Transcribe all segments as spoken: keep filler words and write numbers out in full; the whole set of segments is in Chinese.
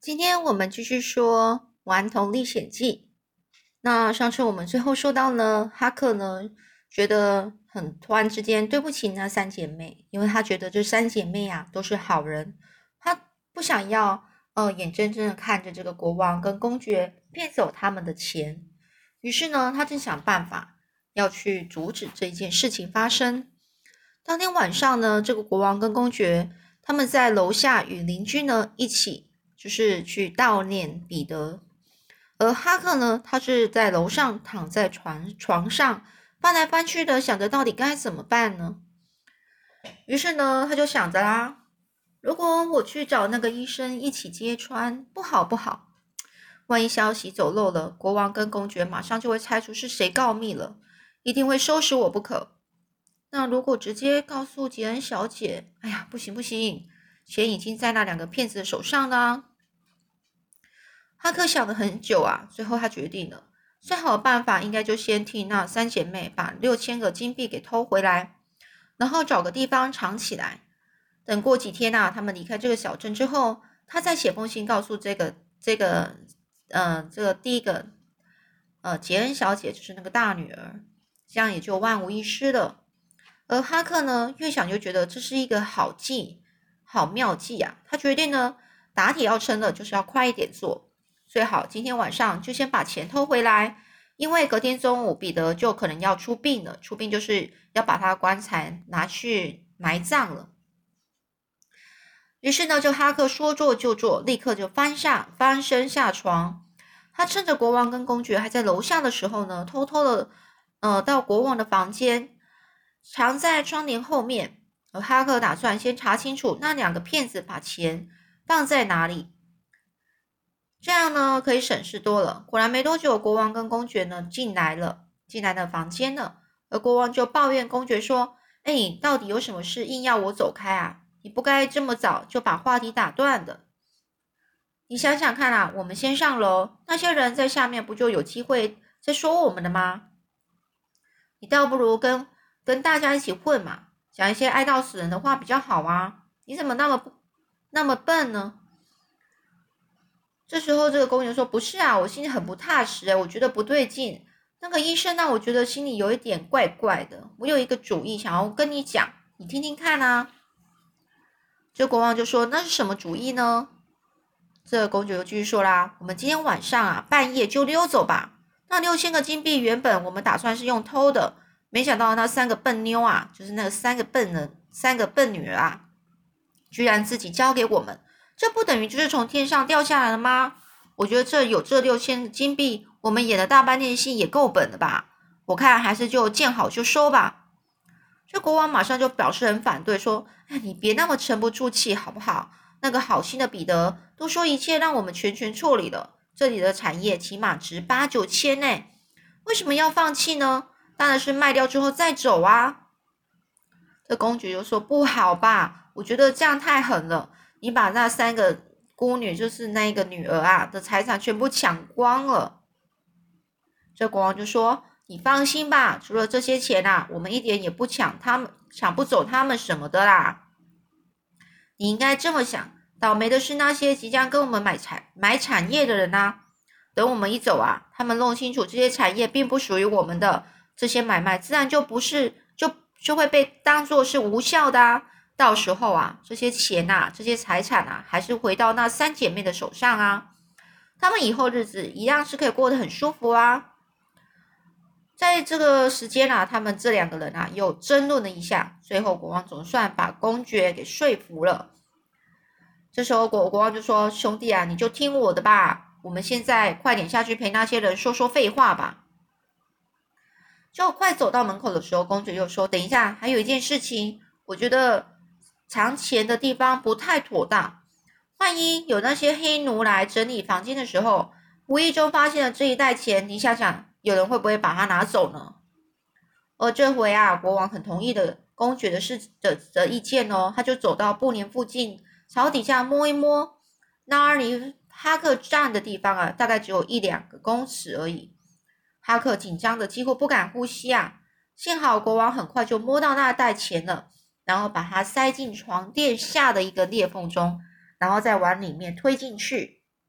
今天我们继续说《顽童历险记》。那上次我们最后说到呢，哈克呢觉得很突然之间对不起那三姐妹，因为他觉得这三姐妹啊都是好人，他不想要呃眼睁睁的看着这个国王跟公爵骗走他们的钱，于是呢，他正想办法要去阻止这一件事情发生。当天晚上呢，这个国王跟公爵他们在楼下与邻居呢一起就是去悼念彼得，而哈克呢，他是在楼上躺在床床上翻来翻去的，想着到底该怎么办呢？于是呢，他就想着啦，如果我去找那个医生一起揭穿，不好不好，万一消息走漏了，国王跟公爵马上就会猜出是谁告密了，一定会收拾我不可。那如果直接告诉杰恩小姐，哎呀，不行不行，钱已经在那两个骗子的手上了。哈克想了很久啊，最后他决定了，最好的办法应该就先替那三姐妹把六千个金币给偷回来，然后找个地方藏起来。等过几天啊，他们离开这个小镇之后，他再写封信告诉这个这个呃这个第一个呃杰恩小姐，就是那个大女儿，这样也就万无一失了。而哈克呢，越想就觉得这是一个好计、好妙计啊！他决定呢，打铁要趁热，就是要快一点做，最好今天晚上就先把钱偷回来，因为隔天中午彼得就可能要出殡了。出殡就是要把他棺材拿去埋葬了。于是呢，就哈克说做就做，立刻就翻下翻身下床。他趁着国王跟公爵还在楼下的时候呢，偷偷的呃到国王的房间。藏在窗帘后面，而哈克打算先查清楚那两个骗子把钱放在哪里，这样呢可以省事多了。果然没多久，国王跟公爵呢进来了，进来的房间了，而国王就抱怨公爵说：“哎，你到底有什么事硬要我走开啊？你不该这么早就把话题打断的。你想想看啊，我们先上楼，那些人在下面不就有机会在说我们的吗？你倒不如跟。”跟大家一起混嘛，讲一些哀悼死人的话比较好啊！你怎么那么不那么笨呢？这时候这个公爵说：“不是啊，我心里很不踏实，我觉得不对劲。那个医生呢，我觉得心里有一点怪怪的。我有一个主意想要跟你讲，你听听看啊。”这国王就说：“那是什么主意呢？”这个公爵就继续说啦：“我们今天晚上啊，半夜就溜走吧。那六千个金币原本我们打算是用偷的。”没想到那三个笨妞啊，就是那三个笨人，三个笨女儿啊，居然自己交给我们，这不等于就是从天上掉下来了吗？我觉得这有这六千金币，我们演了大半天戏也够本了吧？我看还是就见好就收吧。这国王马上就表示很反对，说：“哎，你别那么沉不住气好不好？那个好心的彼得都说一切让我们全权处理了，这里的产业起码值八九千呢，为什么要放弃呢？”当然是卖掉之后再走啊。这公爵就说：“不好吧，我觉得这样太狠了。你把那三个孤女，就是那个女儿啊的财产全部抢光了。”这国王就说：“你放心吧，除了这些钱啊，我们一点也不抢他们，抢不走他们什么的啦。你应该这么想，倒霉的是那些即将跟我们买产买产业的人啊。等我们一走啊，他们弄清楚这些产业并不属于我们的。”这些买卖自然就不是就就会被当作是无效的啊！到时候啊，这些钱啊，这些财产啊，还是回到那三姐妹的手上啊。她们以后日子一样是可以过得很舒服啊。在这个时间啊，他们这两个人啊又争论了一下，最后国王总算把公爵给说服了。这时候国国王就说：“兄弟啊，你就听我的吧，我们现在快点下去陪那些人说说废话吧。”就快走到门口的时候，公爵又说：“等一下，还有一件事情，我觉得藏钱的地方不太妥当。万一有那些黑奴来整理房间的时候，无意中发现了这一袋钱，你想想，有人会不会把它拿走呢？”而这回啊，国王很同意的公爵的事的的意见哦，他就走到布帘附近，朝底下摸一摸，那儿离哈克站的地方啊，大概只有一两个公尺而已。哈克紧张的几乎不敢呼吸啊！幸好国王很快就摸到那袋钱了，然后把它塞进床垫下的一个裂缝中，然后再往里面推进去。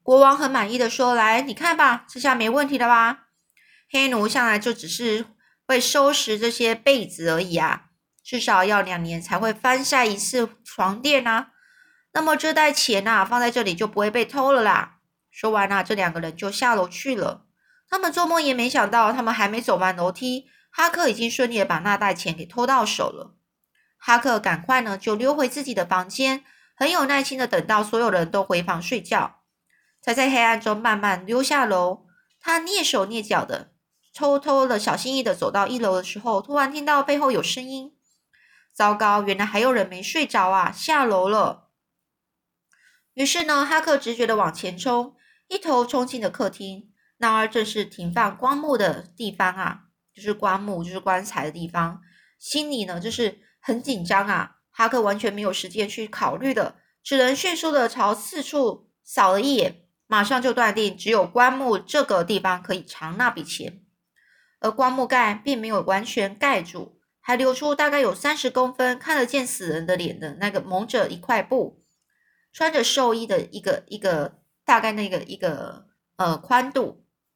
国王很满意的说：“来，你看吧，这下没问题了吧？黑奴向来就只是会收拾这些被子而已啊，至少要两年才会翻下一次床垫啊。那么这袋钱啊，放在这里就不会被偷了啦。”说完啊，这两个人就下楼去了。他们做梦也没想到，他们还没走完楼梯，哈克已经顺利的把那袋钱给偷到手了。哈克赶快呢就溜回自己的房间，很有耐心的等到所有人都回房睡觉，才在黑暗中慢慢溜下楼。他蹑手蹑脚的偷偷的小心翼翼的走到一楼的时候，突然听到背后有声音。糟糕，原来还有人没睡着啊，下楼了。于是呢，哈克直觉的往前冲，一头冲进了客厅。那儿正是停放棺木的地方啊，就是棺木，就是棺材的地方。心里呢，就是很紧张啊。哈克完全没有时间去考虑的，只能迅速的朝四处扫了一眼，马上就断定只有棺木这个地方可以藏那笔钱。而棺木盖并没有完全盖住，还留出大概有三十公分看得见死人的脸的那个蒙着一块布，穿着寿衣的一个一个大概那个一个呃宽度。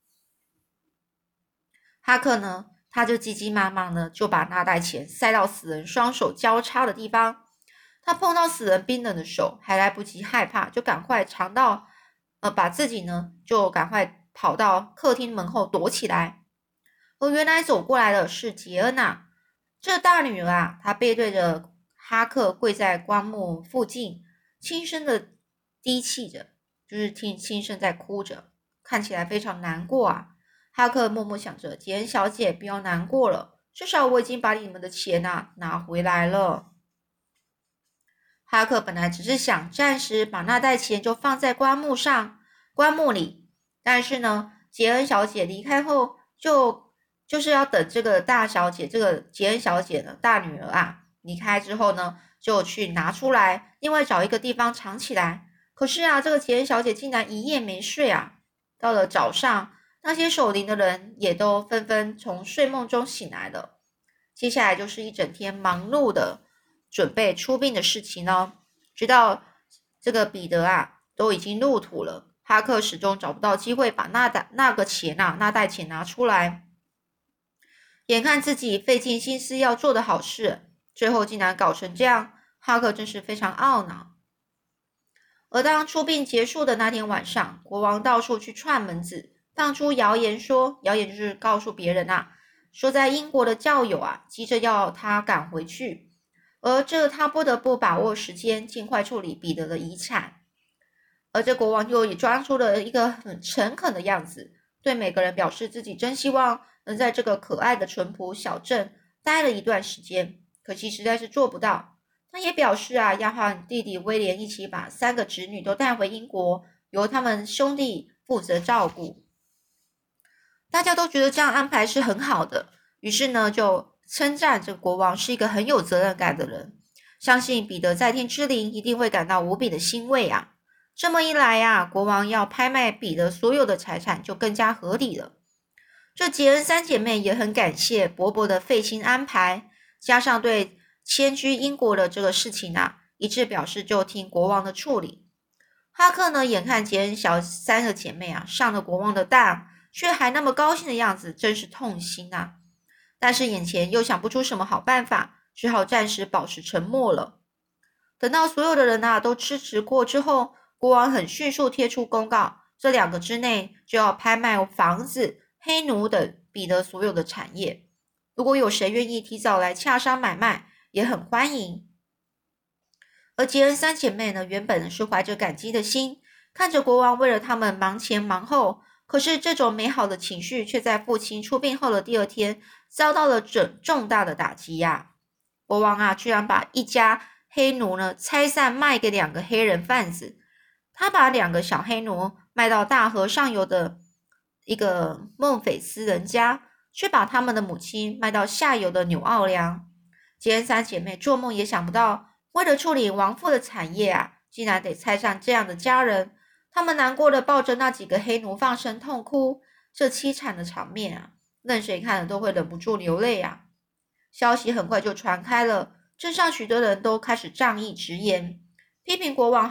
哈克呢，他就急急忙忙的就把那袋钱塞到死人双手交叉的地方。他碰到死人冰冷的手，还来不及害怕，就赶快藏到呃，把自己呢就赶快跑到客厅门后躲起来。而原来走过来的是杰恩娜，这大女儿啊，她背对着哈克跪在棺木附近，轻声的低泣着，就是听轻声在哭着，看起来非常难过啊。哈克默默想着，杰恩小姐不要难过了，至少我已经把你们的钱啊拿回来了。哈克本来只是想暂时把那袋钱就放在棺木上棺木里，但是呢，杰恩小姐离开后就就是要等这个大小姐，这个杰恩小姐的大女儿啊离开之后呢，就去拿出来，另外找一个地方藏起来。可是啊，这个杰恩小姐竟然一夜没睡啊，到了早上，那些守灵的人也都纷纷从睡梦中醒来了。接下来就是一整天忙碌的准备出殡的事情呢，直到这个彼得啊都已经入土了，哈克始终找不到机会把那袋那个钱啊那袋钱拿出来。眼看自己费尽心思要做的好事，最后竟然搞成这样，哈克真是非常懊恼。而当出殡结束的那天晚上，国王到处去串门子，放出谣言说，谣言就是告诉别人啊，说在英国的教友啊，急着要他赶回去，而这他不得不把握时间，尽快处理彼得的遗产。而这国王就也装出了一个很诚恳的样子，对每个人表示自己真希望能在这个可爱的淳朴小镇待了一段时间，可惜实在是做不到。他也表示啊，要和弟弟威廉一起把三个侄女都带回英国，由他们兄弟负责照顾。大家都觉得这样安排是很好的，于是呢，就称赞这个国王是一个很有责任感的人，相信彼得在天之灵一定会感到无比的欣慰啊。这么一来啊，国王要拍卖彼得所有的财产就更加合理了。这杰恩三姐妹也很感谢伯伯的费心安排，加上对迁居英国的这个事情啊，一致表示就听国王的处理。哈克呢，眼看杰恩小三个姐妹啊上了国王的当，却还那么高兴的样子，真是痛心啊。但是眼前又想不出什么好办法，只好暂时保持沉默了。等到所有的人啊都支持过之后，国王很迅速贴出公告，这两个之内就要拍卖房子、黑奴等彼得所有的产业。如果有谁愿意提早来洽商买卖，也很欢迎。而杰恩三姐妹呢，原本是怀着感激的心，看着国王为了他们忙前忙后，可是这种美好的情绪却在父亲出殡后的第二天遭到了重重大的打击呀、啊！国王啊，居然把一家黑奴呢拆散卖给两个黑人贩子，他把两个小黑奴卖到大河上游的一个孟菲斯人家，却把他们的母亲卖到下游的纽奥良。杰恩三姐妹做梦也想不到，为了处理亡父的产业啊，竟然得拆散这样的家人。他们难过的抱着那几个黑奴放声痛哭，这凄惨的场面啊，任谁看了都会忍不住流泪啊。消息很快就传开了，镇上许多人都开始仗义直言，批评国王和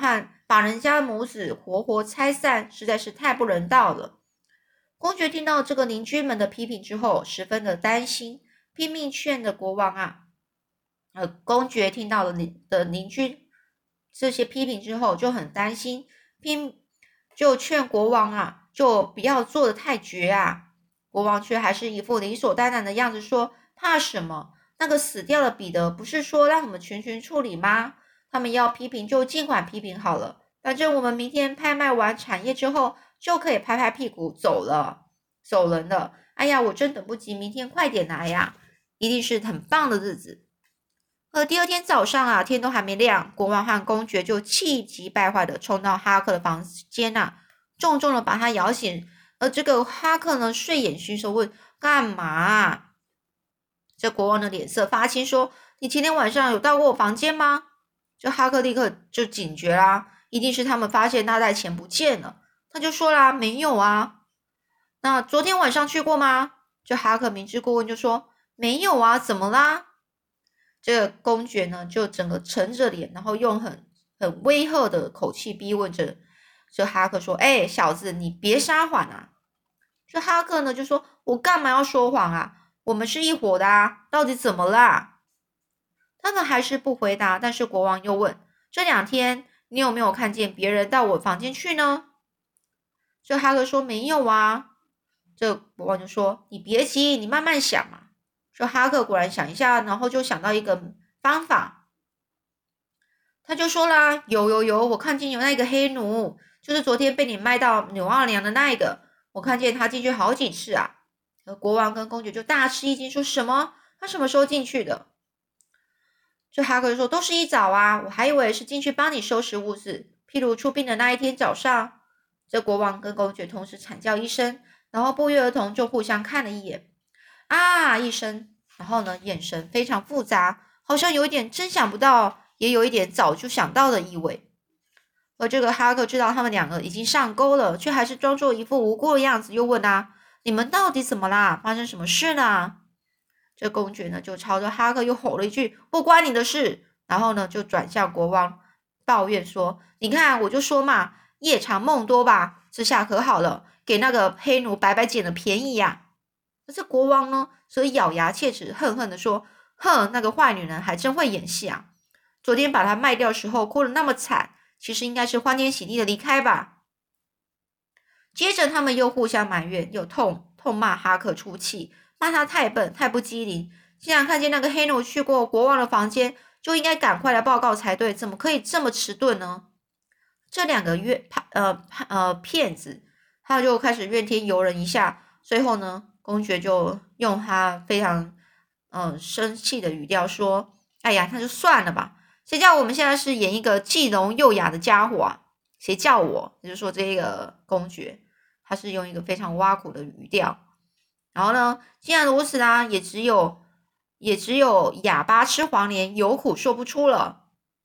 把人家母子活活拆散，实在是太不人道了。公爵听到这个邻居们的批评之后，十分的担心，拼命劝的国王啊。呃，公爵听到了邻的邻居这些批评之后，就很担心，拼就劝国王啊，就不要做的太绝啊。国王却还是一副理所当然的样子说：“怕什么？那个死掉的彼得不是说让我们全权处理吗？他们要批评就尽管批评好了，反正我们明天拍卖完产业之后，就可以拍拍屁股走了，走人了。哎呀，我真等不及，明天快点来呀，一定是很棒的日子。”而第二天早上啊，天都还没亮，国王和公爵就气急败坏的冲到哈克的房间啊，重重的把他摇醒。而这个哈克呢，睡眼惺忪问：“干嘛啊？”这国王的脸色发青，说：“你前天晚上有到过我房间吗？”这哈克立刻就警觉啦，一定是他们发现那袋钱不见了。他就说啦：“没有啊。”那昨天晚上去过吗？这哈克明知故问就说：“没有啊，怎么啦？”这个公爵呢，就整个沉着脸，然后用很很威吓的口气逼问着这哈克说：“哎、欸，小子，你别撒谎啊！”这哈克呢就说：“我干嘛要说谎啊？我们是一伙的啊，到底怎么啦？”他们还是不回答，但是国王又问：“这两天你有没有看见别人到我房间去呢？”这哈克说：“没有啊。”这国王就说：“你别急，你慢慢想嘛。”这哈克果然想一下，然后就想到一个方法，他就说啦：“有有有，我看见有那个黑奴，就是昨天被你卖到纽奥良的那一个，我看见他进去好几次啊。”而国王跟公爵就大吃一惊，说什么？他什么时候进去的？这哈克就说：“都是一早啊，我还以为是进去帮你收拾屋子，譬如出殡的那一天早上。”这国王跟公爵同时惨叫一声，然后不约而同就互相看了一眼。啊一声，然后呢，眼神非常复杂，好像有一点真想不到，也有一点早就想到的意味。而这个哈克知道他们两个已经上钩了，却还是装作一副无辜的样子，又问啊：“你们到底怎么啦？发生什么事呢？”这公爵呢，就朝着哈克又吼了一句：“不关你的事。”然后呢，就转向国王抱怨说：“你看，我就说嘛，夜长梦多吧，这下可好了，给那个黑奴白白捡了便宜呀。”而这国王呢，则咬牙切齿，恨恨地说：“哼，那个坏女人还真会演戏啊！昨天把她卖掉时候哭得那么惨，其实应该是欢天喜地的离开吧。”接着他们又互相埋怨，又痛痛骂哈克出气，骂他太笨、太不机灵。既然看见那个黑奴去过国王的房间，就应该赶快来报告才对，怎么可以这么迟钝呢？这两个怨呃呃骗子，他就开始怨天尤人一下。最后呢，公爵就用他非常嗯、呃、生气的语调说：“哎呀，那就算了吧，谁叫我们现在是演一个既聋又哑的家伙啊？谁叫我？”也就是说，这个公爵他是用一个非常挖苦的语调。然后呢，既然如此啦，也只有也只有哑巴吃黄连，有苦说不出了。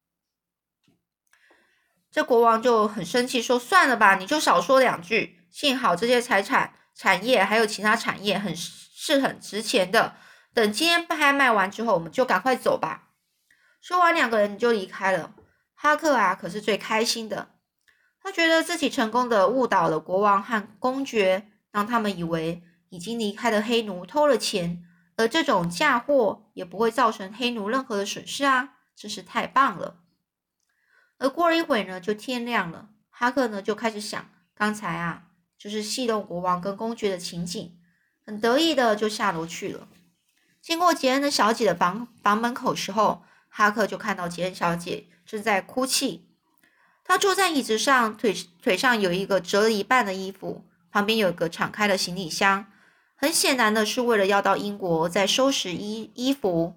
这国王就很生气，说：“算了吧，你就少说两句。幸好这些财产、产业还有其他产业很是很值钱的。等今天拍卖完之后，我们就赶快走吧。”说完，两个人就离开了。哈克啊，可是最开心的，他觉得自己成功的误导了国王和公爵，让他们以为已经离开的黑奴偷了钱，而这种嫁祸也不会造成黑奴任何的损失啊，真是太棒了。而过了一会呢，就天亮了。哈克呢就开始想，刚才啊，就是戏弄国王跟公爵的情景，很得意的就下楼去了。经过杰恩的小姐的房房门口时候，哈克就看到杰恩小姐正在哭泣。她坐在椅子上，腿腿上有一个折了一半的衣服，旁边有一个敞开的行李箱，很显然的是为了要到英国再收拾衣衣服。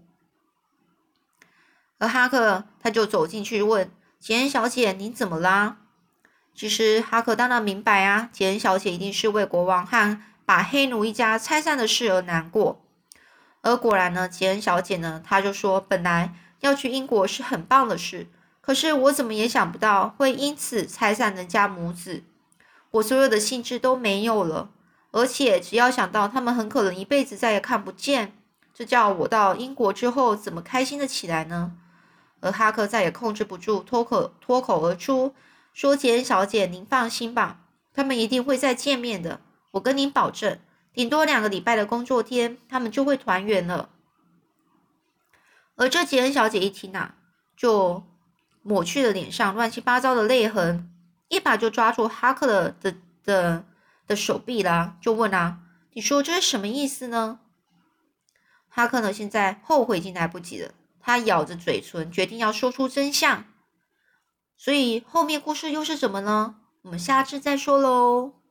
而哈克他就走进去问杰恩小姐：“你怎么啦？”其实哈克当然明白啊，杰恩小姐一定是为国王和把黑奴一家拆散的事而难过。而果然呢，杰恩小姐呢，她就说：“本来要去英国是很棒的事，可是我怎么也想不到会因此拆散人家母子，我所有的兴致都没有了，而且只要想到他们很可能一辈子再也看不见，这叫我到英国之后怎么开心的起来呢？”而哈克再也控制不住，脱口脱口而出：“ 说杰恩小姐，您放心吧，他们一定会再见面的，我跟您保证，顶多两个礼拜的工作天，他们就会团圆了。而这杰恩小姐一听啊，就抹去了脸上乱七八糟的泪痕，一把就抓住哈克的的的的手臂啦，就问啊：“你说这是什么意思呢？”哈克呢，现在后悔已经来不及了，他咬着嘴唇，决定要说出真相。所以后面故事又是什么呢？我们下次再说喽。